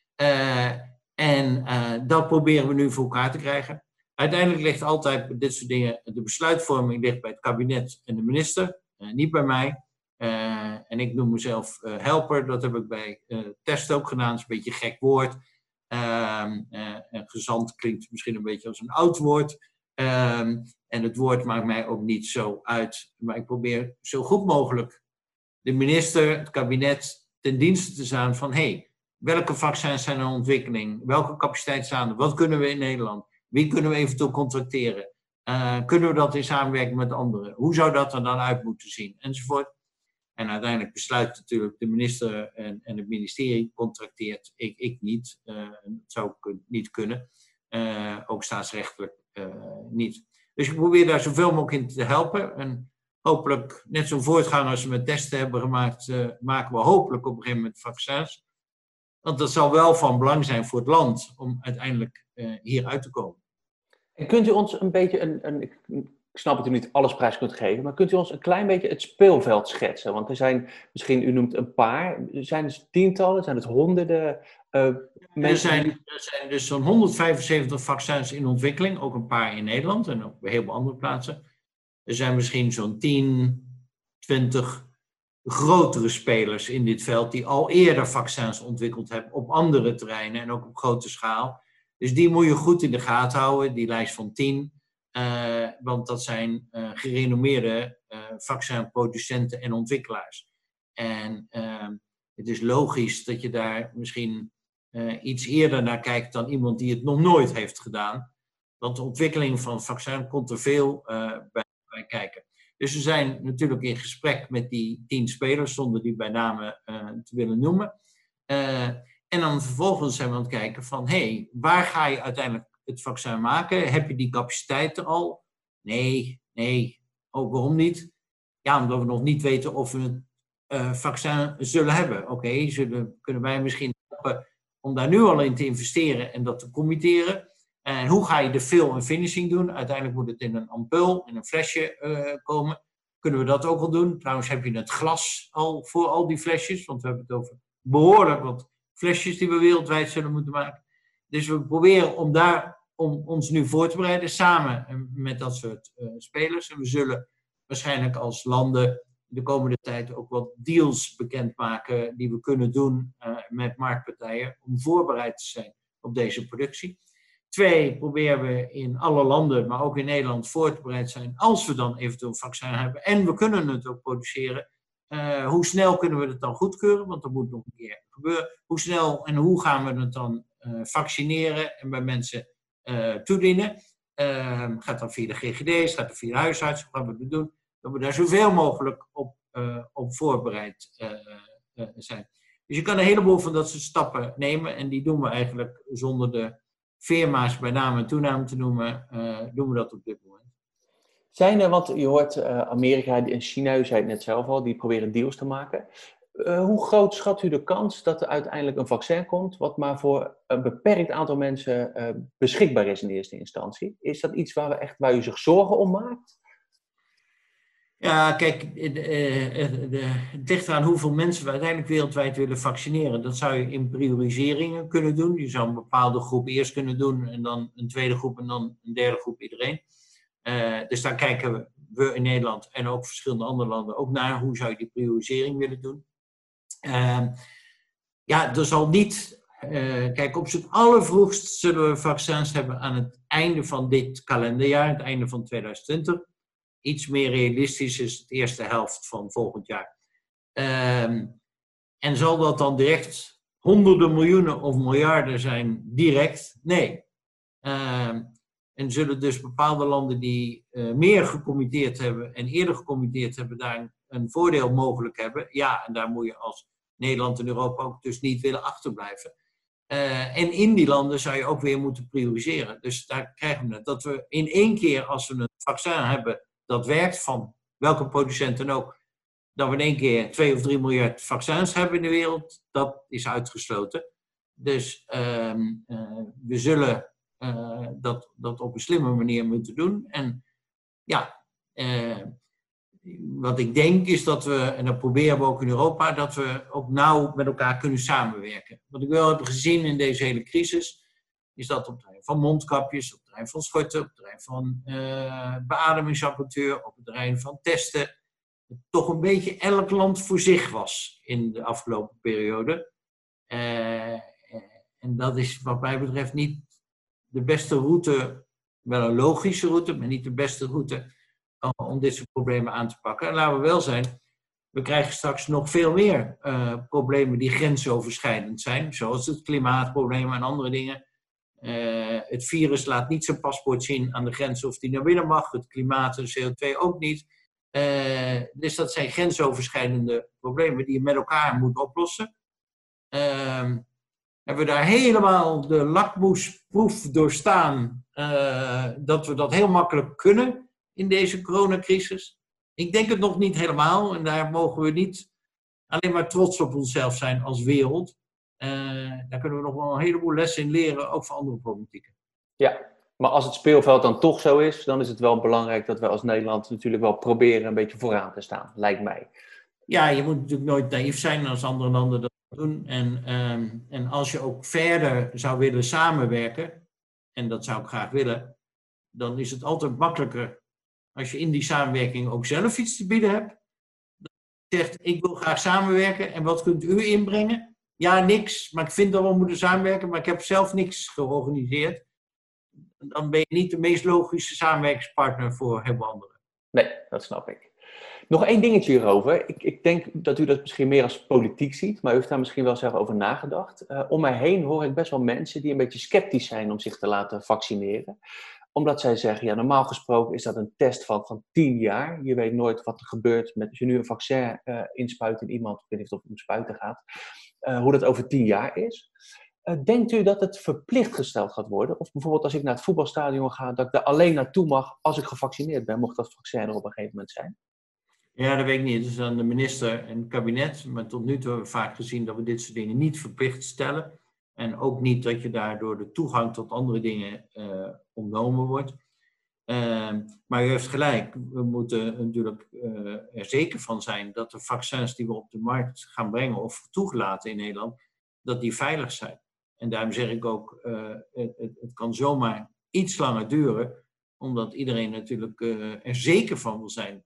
Dat proberen we nu voor elkaar te krijgen. Uiteindelijk ligt altijd bij dit soort dingen, de besluitvorming ligt bij het kabinet en de minister. Niet bij mij. En ik noem mezelf helper. Dat heb ik bij test ook gedaan. Dat is een beetje een gek woord. Gezant klinkt misschien een beetje als een oud woord. En het woord maakt mij ook niet zo uit. Maar ik probeer zo goed mogelijk de minister, het kabinet, ten dienste te staan van welke vaccins zijn er in ontwikkeling? Welke capaciteit staan er? Wat kunnen we in Nederland? Wie kunnen we eventueel contracteren? Kunnen we dat in samenwerking met anderen? Hoe zou dat er dan uit moeten zien? Enzovoort. En uiteindelijk besluit natuurlijk de minister en het ministerie contracteert. Ik niet. Dat zou ik niet kunnen. Ook staatsrechtelijk niet. Dus ik probeer daar zoveel mogelijk in te helpen. En hopelijk, net zo'n voortgang als we met testen hebben gemaakt, maken we hopelijk op een gegeven moment vaccins. Want dat zal wel van belang zijn voor het land om uiteindelijk hier uit te komen. En kunt u ons een beetje, ik snap dat u niet alles prijs kunt geven, maar kunt u ons een klein beetje het speelveld schetsen? Want er zijn, misschien u noemt een paar, zijn het tientallen, zijn het honderden mensen? Er zijn dus zo'n 175 vaccins in ontwikkeling, ook een paar in Nederland en ook bij heel veel andere plaatsen. Er zijn misschien zo'n 10, 20 grotere spelers in dit veld die al eerder vaccins ontwikkeld hebben op andere terreinen en ook op grote schaal. Dus die moet je goed in de gaten houden, die lijst van 10. Want dat zijn gerenommeerde vaccinproducenten en ontwikkelaars. En het is logisch dat je daar misschien iets eerder naar kijkt dan iemand die het nog nooit heeft gedaan. Want de ontwikkeling van vaccin komt er veel bij kijken. Dus we zijn natuurlijk in gesprek met die 10 spelers, zonder die bij name te willen noemen. En dan vervolgens zijn we aan het kijken van, waar ga je uiteindelijk het vaccin maken? Heb je die capaciteiten al? Nee. Oh, waarom niet? Ja, omdat we nog niet weten of we het vaccin zullen hebben. Oké, kunnen wij misschien helpen om daar nu al in te investeren en dat te committeren? En hoe ga je de fill en finishing doen? Uiteindelijk moet het in een ampul, in een flesje komen. Kunnen we dat ook al doen? Trouwens heb je het glas al voor al die flesjes, want we hebben het over behoorlijk wat flesjes die we wereldwijd zullen moeten maken. Dus we proberen om ons nu voor te bereiden, samen met dat soort spelers. En we zullen waarschijnlijk als landen de komende tijd ook wat deals bekendmaken die we kunnen doen met marktpartijen om voorbereid te zijn op deze productie. 2, proberen we in alle landen, maar ook in Nederland, voor te bereid zijn als we dan eventueel een vaccin hebben en we kunnen het ook produceren. Hoe snel kunnen we het dan goedkeuren? Want dat moet nog een keer gebeuren. Hoe snel en hoe gaan we het dan vaccineren en bij mensen toedienen. Gaat dan via de GGD's, gaat dan via de huisarts. Wat gaan we doen? Dat we daar zoveel mogelijk op voorbereid zijn. Dus je kan een heleboel van dat soort stappen nemen. En die doen we eigenlijk zonder de firma's bij naam en toenaam te noemen. Doen we dat op dit moment. Zijn er, want je hoort Amerika en China, u zei het net zelf al, die proberen deals te maken. Hoe groot schat u de kans dat er uiteindelijk een vaccin komt, wat maar voor een beperkt aantal mensen beschikbaar is in eerste instantie? Is dat iets waar u zich zorgen om maakt? Ja, kijk, het ligt eraan hoeveel mensen we uiteindelijk wereldwijd willen vaccineren. Dat zou je in prioriseringen kunnen doen. Je zou een bepaalde groep eerst kunnen doen en dan een tweede groep en dan een derde groep iedereen. Dus daar kijken we in Nederland en ook verschillende andere landen ook naar. Hoe zou je die priorisering willen doen? Ja, er zal niet... kijk, op z'n allervroegst zullen we vaccins hebben aan het einde van dit kalenderjaar, het einde van 2020. Iets meer realistisch is het eerste helft van volgend jaar. En zal dat dan direct honderden miljoenen of miljarden zijn direct? Nee. En zullen dus bepaalde landen die meer gecommitteerd hebben en eerder gecommitteerd hebben, daar een voordeel mogelijk hebben? Ja, en daar moet je als Nederland en Europa ook dus niet willen achterblijven. En in die landen zou je ook weer moeten prioriseren. Dus daar krijgen we het. Dat we in één keer, als we een vaccin hebben dat werkt, van welke producent dan ook, dat we in één keer 2 of 3 miljard vaccins hebben in de wereld, dat is uitgesloten. Dus we zullen dat op een slimme manier moeten doen. En ja, wat ik denk is dat we, en dat proberen we ook in Europa, dat we ook nauw met elkaar kunnen samenwerken. Wat ik wel heb gezien in deze hele crisis, is dat op het terrein van mondkapjes, op het terrein van schorten, op het terrein van beademingsapparatuur, op het terrein van testen, toch een beetje elk land voor zich was in de afgelopen periode. En dat is wat mij betreft niet de beste route, wel een logische route, maar niet de beste route om dit soort problemen aan te pakken. En laten we wel zijn, we krijgen straks nog veel meer problemen die grensoverschrijdend zijn, zoals het klimaatprobleem en andere dingen. Het virus laat niet zijn paspoort zien aan de grens of die naar binnen mag, het klimaat en CO2 ook niet. Dus dat zijn grensoverschrijdende problemen die je met elkaar moet oplossen. Hebben we daar helemaal de lakmoesproef doorstaan dat we dat heel makkelijk kunnen in deze coronacrisis? Ik denk het nog niet helemaal en daar mogen we niet alleen maar trots op onszelf zijn als wereld. Daar kunnen we nog wel een heleboel lessen in leren, ook voor andere problematieken. Ja, maar als het speelveld dan toch zo is, dan is het wel belangrijk dat we als Nederland natuurlijk wel proberen een beetje vooraan te staan, lijkt mij. Ja, je moet natuurlijk nooit naïef zijn als andere landen dat doen. En als je ook verder zou willen samenwerken, en dat zou ik graag willen, dan is het altijd makkelijker als je in die samenwerking ook zelf iets te bieden hebt. Dat je zegt, ik wil graag samenwerken en wat kunt u inbrengen? Ja, niks, maar ik vind dat we moeten samenwerken, maar ik heb zelf niks georganiseerd. Dan ben je niet de meest logische samenwerkingspartner voor heel veel anderen. Nee, dat snap ik. Nog één dingetje hierover. Ik denk dat u dat misschien meer als politiek ziet, maar u heeft daar misschien wel zelf over nagedacht. Om mij heen hoor ik best wel mensen die een beetje sceptisch zijn om zich te laten vaccineren. Omdat zij zeggen, ja, normaal gesproken is dat een test van 10 jaar. Je weet nooit wat er gebeurt met, als je nu een vaccin inspuit in iemand, ik weet niet of het om spuiten gaat, hoe dat over 10 jaar is. Denkt u dat het verplicht gesteld gaat worden? Of bijvoorbeeld als ik naar het voetbalstadion ga, dat ik daar alleen naartoe mag als ik gevaccineerd ben, mocht dat vaccin er op een gegeven moment zijn? Ja, dat weet ik niet. Het is aan de minister en het kabinet. Maar tot nu toe hebben we vaak gezien dat we dit soort dingen niet verplicht stellen. En ook niet dat je daardoor de toegang tot andere dingen ontnomen wordt. Maar u heeft gelijk. We moeten natuurlijk er zeker van zijn dat de vaccins die we op de markt gaan brengen of toegelaten in Nederland, dat die veilig zijn. En daarom zeg ik ook, het kan zomaar iets langer duren, omdat iedereen natuurlijk er zeker van wil zijn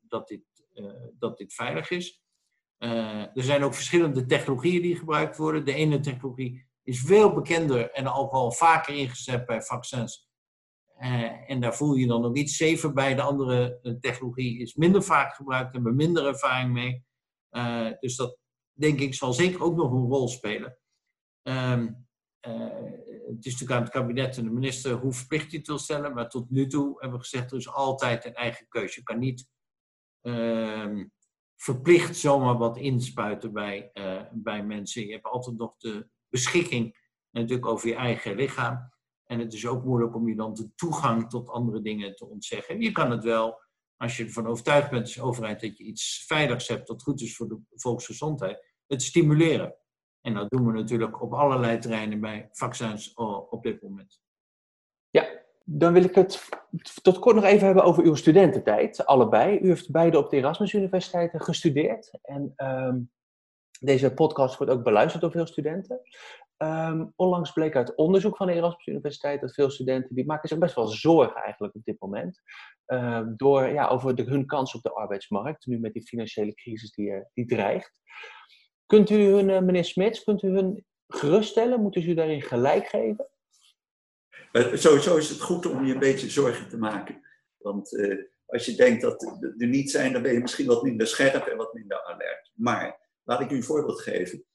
dat dit veilig is. Er zijn ook verschillende technologieën die gebruikt worden. De ene technologie is veel bekender en ook al vaker ingezet bij vaccins. En daar voel je dan ook iets safer bij. De andere technologie is minder vaak gebruikt en hebben we minder ervaring mee. Dus dat, denk ik, zal zeker ook nog een rol spelen. het is natuurlijk aan het kabinet en de minister hoe verplicht hij het wil stellen. Maar tot nu toe hebben we gezegd, er is altijd een eigen keuze. Je kan niet verplicht zomaar wat inspuiten bij mensen. Je hebt altijd nog de beschikking natuurlijk over je eigen lichaam. En het is ook moeilijk om je dan de toegang tot andere dingen te ontzeggen. Je kan het wel, als je ervan overtuigd bent als overheid dat je iets veiligs hebt dat goed is voor de volksgezondheid, het stimuleren. En dat doen we natuurlijk op allerlei terreinen bij vaccins op dit moment. Ja, dan wil ik het tot kort nog even hebben over uw studententijd, allebei. U heeft beide op de Erasmus Universiteit gestudeerd. En deze podcast wordt ook beluisterd door veel studenten. Onlangs bleek uit onderzoek van de Erasmus Universiteit dat veel studenten, die maken zich best wel zorgen eigenlijk op dit moment. Over hun kans op de arbeidsmarkt, nu met die financiële crisis die dreigt. Kunt u hun, meneer Smits, geruststellen? Moeten ze u daarin gelijk geven? Sowieso is het goed om je een beetje zorgen te maken. Want als je denkt dat er niet zijn, dan ben je misschien wat minder scherp en wat minder alert. Maar laat ik u een voorbeeld geven.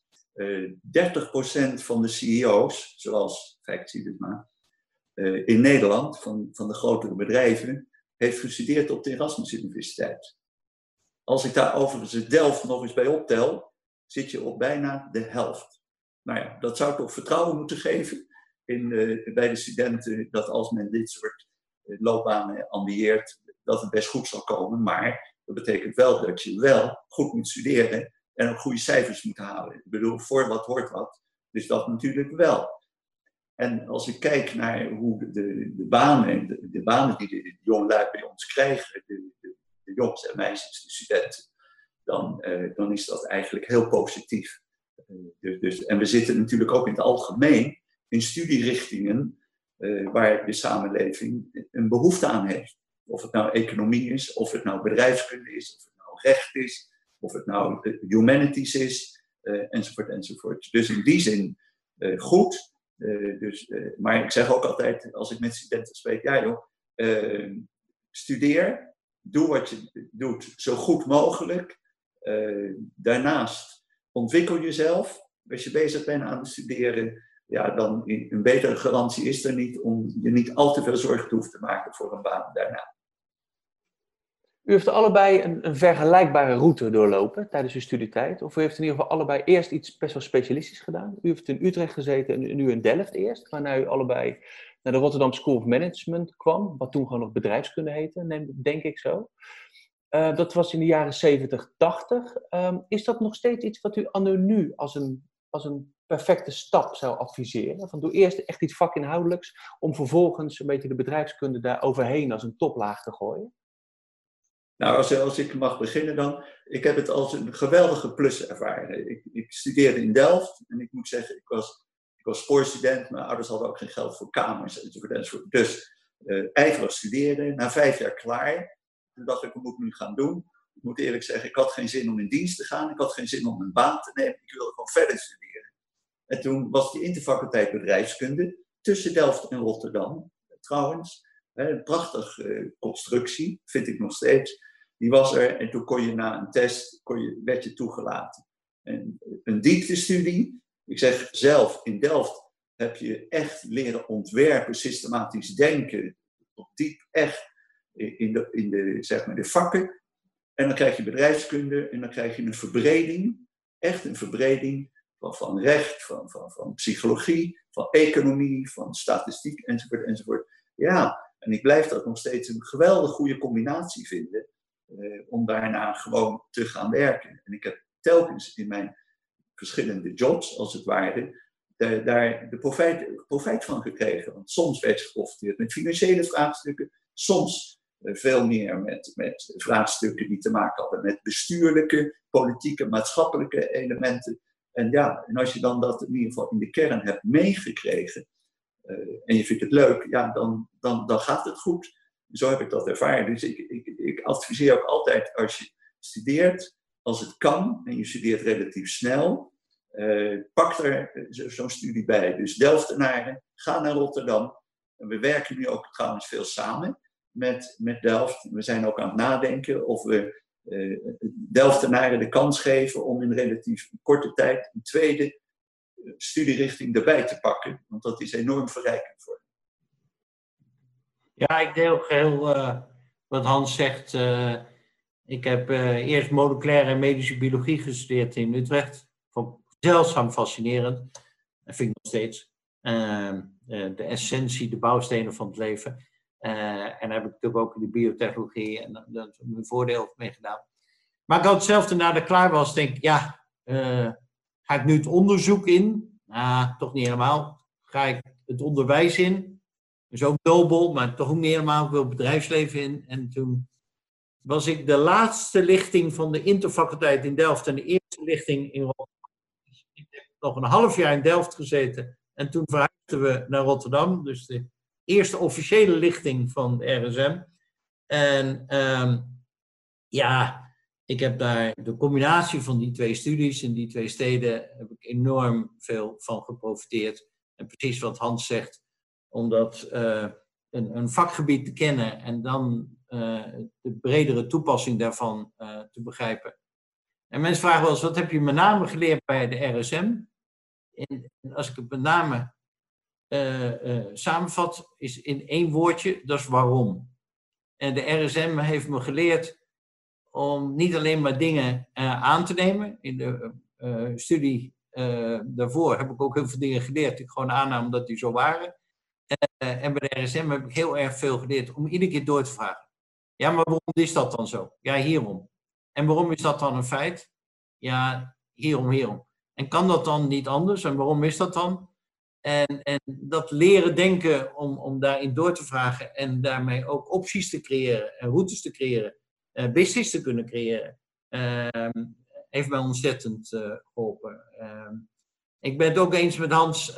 30% van de CEO's, zoals Factsidesma, in Nederland, van de grotere bedrijven, heeft gestudeerd op de Erasmus Universiteit. Als ik daar overigens Delft nog eens bij optel, zit je op bijna de helft. Nou ja, dat zou toch vertrouwen moeten geven bij de studenten, dat als men dit soort loopbanen ambieert, dat het best goed zal komen. Maar dat betekent wel dat je wel goed moet studeren en ook goede cijfers moet halen. Ik bedoel, voor wat hoort wat. Dus dat natuurlijk wel. En als ik kijk naar hoe de banen die de jongelui bij ons krijgen, de jongens en meisjes, de studenten, dan is dat eigenlijk heel positief. En we zitten natuurlijk ook in het algemeen in studierichtingen waar de samenleving een behoefte aan heeft. Of het nou economie is, of het nou bedrijfskunde is, of het nou recht is, of het nou humanities is, enzovoort, enzovoort. Dus in die zin goed. Maar ik zeg ook altijd, als ik met studenten spreek, ja joh, studeer, doe wat je doet zo goed mogelijk. Daarnaast ontwikkel jezelf. Als je bezig bent aan het studeren, ja, dan een betere garantie is er niet om je niet al te veel zorgen te hoeven te maken voor een baan daarna. U heeft allebei een vergelijkbare route doorlopen tijdens uw studietijd. Of u heeft in ieder geval allebei eerst iets best wel specialistisch gedaan. U heeft in Utrecht gezeten en nu in Delft eerst. Waarna u allebei naar de Rotterdam School of Management kwam. Wat toen gewoon nog bedrijfskunde heette, denk ik zo. Dat was in de jaren 70, 80. Is dat nog steeds iets wat u anno nu als een perfecte stap zou adviseren? Van doe eerst echt iets vakinhoudelijks om vervolgens een beetje de bedrijfskunde daar overheen als een toplaag te gooien? Nou, als ik mag beginnen dan. Ik heb het als een geweldige plus ervaren. Ik studeerde in Delft en ik moet zeggen, ik was spoorstudent. Mijn ouders hadden ook geen geld voor kamers enzovoort, enzovoort. Dus ijverig studeren, na 5 jaar klaar. Toen dacht ik, wat moet ik nu gaan doen? Ik moet eerlijk zeggen, ik had geen zin om in dienst te gaan. Ik had geen zin om een baan te nemen. Ik wilde gewoon verder studeren. En toen was die interfaculteit bedrijfskunde tussen Delft en Rotterdam. Trouwens, een prachtige constructie, vind ik nog steeds. Die was er en toen kon je na een test werd je toegelaten. En een dieptestudie, ik zeg zelf, in Delft heb je echt leren ontwerpen, systematisch denken, diep echt in de vakken. En dan krijg je bedrijfskunde en dan krijg je een verbreding, echt een verbreding van recht, van psychologie, van economie, van statistiek enzovoort, enzovoort. Ja, en ik blijf dat nog steeds een geweldig goede combinatie vinden om daarna gewoon te gaan werken. En ik heb telkens in mijn verschillende jobs, als het ware, daar de profijt van gekregen. Want soms werd geprofiteerd met financiële vraagstukken, soms veel meer met vraagstukken die te maken hadden met bestuurlijke, politieke, maatschappelijke elementen. En ja, en als je dan dat in ieder geval in de kern hebt meegekregen en je vindt het leuk, ja, dan gaat het goed. Zo heb ik dat ervaren. Dus ik adviseer ook altijd, als je studeert, als het kan, en je studeert relatief snel, pak er zo'n studie bij. Dus Delftenaren, ga naar Rotterdam. En we werken nu ook trouwens veel samen met Delft. We zijn ook aan het nadenken of we Delftenaren de kans geven om in relatief korte tijd een tweede studierichting erbij te pakken. Want dat is enorm verrijkend voor. Ja, ik deel geheel wat Hans zegt. Ik heb eerst moleculaire en medische biologie gestudeerd in Utrecht. Vond ik zeldzaam fascinerend. Dat vind ik nog steeds. De essentie, de bouwstenen van het leven. En daar heb ik natuurlijk ook in de biotechnologie en daar mijn voordeel mee gedaan. Maar ik had hetzelfde nadat ik klaar was, denk ik, ga ik nu het onderzoek in? Toch niet helemaal. Ga ik het onderwijs in? Dat is ook nobel, maar toch ook niet helemaal. Ik wil het bedrijfsleven in. En toen was ik de laatste lichting van de interfaculteit in Delft en de eerste lichting in Rotterdam. Ik heb nog een half jaar in Delft gezeten en toen verhuisden we naar Rotterdam. Dus de eerste officiële lichting van de RSM. En ik heb daar de combinatie van die twee studies in die twee steden heb ik enorm veel van geprofiteerd. En precies wat Hans zegt, om dat een vakgebied te kennen en dan de bredere toepassing daarvan te begrijpen. En mensen vragen wel eens, wat heb je met name geleerd bij de RSM? En als ik het met name samenvat, is in één woordje, dat is waarom. En de RSM heeft me geleerd om niet alleen maar dingen aan te nemen. In de studie daarvoor heb ik ook heel veel dingen geleerd die ik gewoon aannam omdat die zo waren. En bij de RSM heb ik heel erg veel geleerd om iedere keer door te vragen. Ja, maar waarom is dat dan zo? Ja, hierom. En waarom is dat dan een feit? Ja, hierom. En kan dat dan niet anders? En waarom is dat dan? En dat leren denken om daarin door te vragen en daarmee ook opties te creëren en routes te creëren, business te kunnen creëren, heeft mij ontzettend geholpen. Ik ben het ook eens met Hans.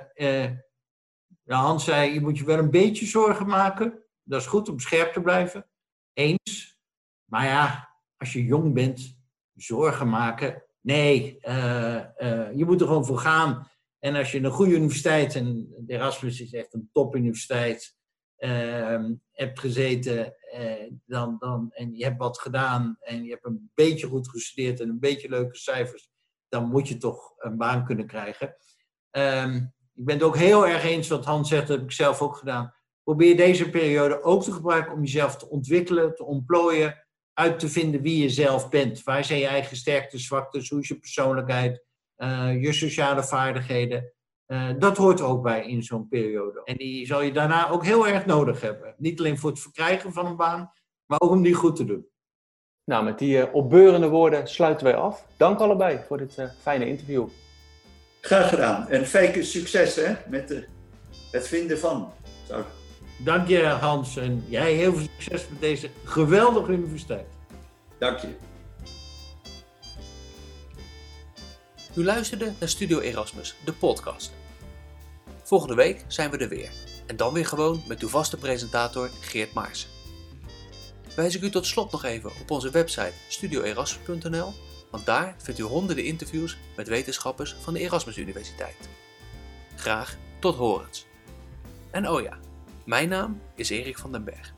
Hans zei, je moet je wel een beetje zorgen maken. Dat is goed om scherp te blijven. Eens. Maar ja, als je jong bent, zorgen maken. Nee, je moet er gewoon voor gaan. En als je een goede universiteit, en de Erasmus is echt een topuniversiteit, hebt gezeten, en je hebt wat gedaan en je hebt een beetje goed gestudeerd en een beetje leuke cijfers, dan moet je toch een baan kunnen krijgen. Ik ben het ook heel erg eens wat Hans zegt, dat heb ik zelf ook gedaan. Probeer deze periode ook te gebruiken om jezelf te ontwikkelen, te ontplooien, uit te vinden wie je zelf bent. Waar zijn je eigen sterktes, zwaktes, hoe is je persoonlijkheid, je sociale vaardigheden. Dat hoort er ook bij in zo'n periode. En die zal je daarna ook heel erg nodig hebben. Niet alleen voor het verkrijgen van een baan, maar ook om die goed te doen. Nou, met die opbeurende woorden sluiten wij af. Dank allebei voor dit fijne interview. Graag gedaan. En Feike, succes met het vinden van. Zo. Dank je, Hans. En jij heel veel succes met deze geweldige universiteit. Dank je. U luisterde naar Studio Erasmus, de podcast. Volgende week zijn we er weer. En dan weer gewoon met uw vaste presentator Geert Maarsen. Wijs ik u tot slot nog even op onze website studioerasmus.nl, want daar vindt u honderden interviews met wetenschappers van de Erasmus Universiteit. Graag tot horens. En oh ja, mijn naam is Erik van den Berg.